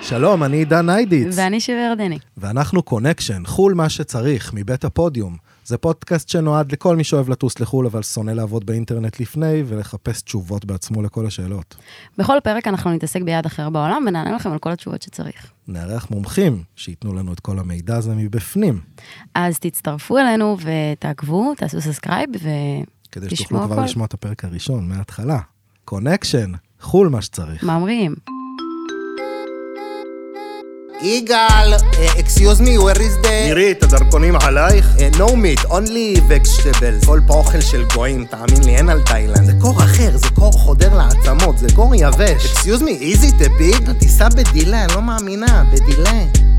שלום, אני עידן ניידיץ. ואני שווה ירדני. ואנחנו קונקשן, חול מה שצריך, מבית הפודיום. זה פודקאסט שנועד לכל מי שאוהב לטוס לחול, אבל שונא לעבוד באינטרנט לפני, ולחפש תשובות בעצמו לכל השאלות. בכל פרק אנחנו נתעסק ביעד אחר בעולם, ונענה לכם על כל התשובות שצריך. נארח מומחים, שיתנו לנו את כל המידע הזה מבפנים. אז תצטרפו אלינו ותעקבו, תעשו סאסקרייב כדי שתוכלו כבר לשמוע את הפרק הראשון, מההתחלה. קונקשן, חול מה שצריך. מאמרים. יגאל, excuse me, where is the... נירית, הדרכונים עלייך? No meat, only vegetables. כל פה אוכל של גויים, תאמין לי, אין על תאילנד. זה קור אחר, זה קור חודר לעצמות, זה קור יבש. excuse me, is it a pig? טיסה בדילה, אני לא מאמינה, בדילה.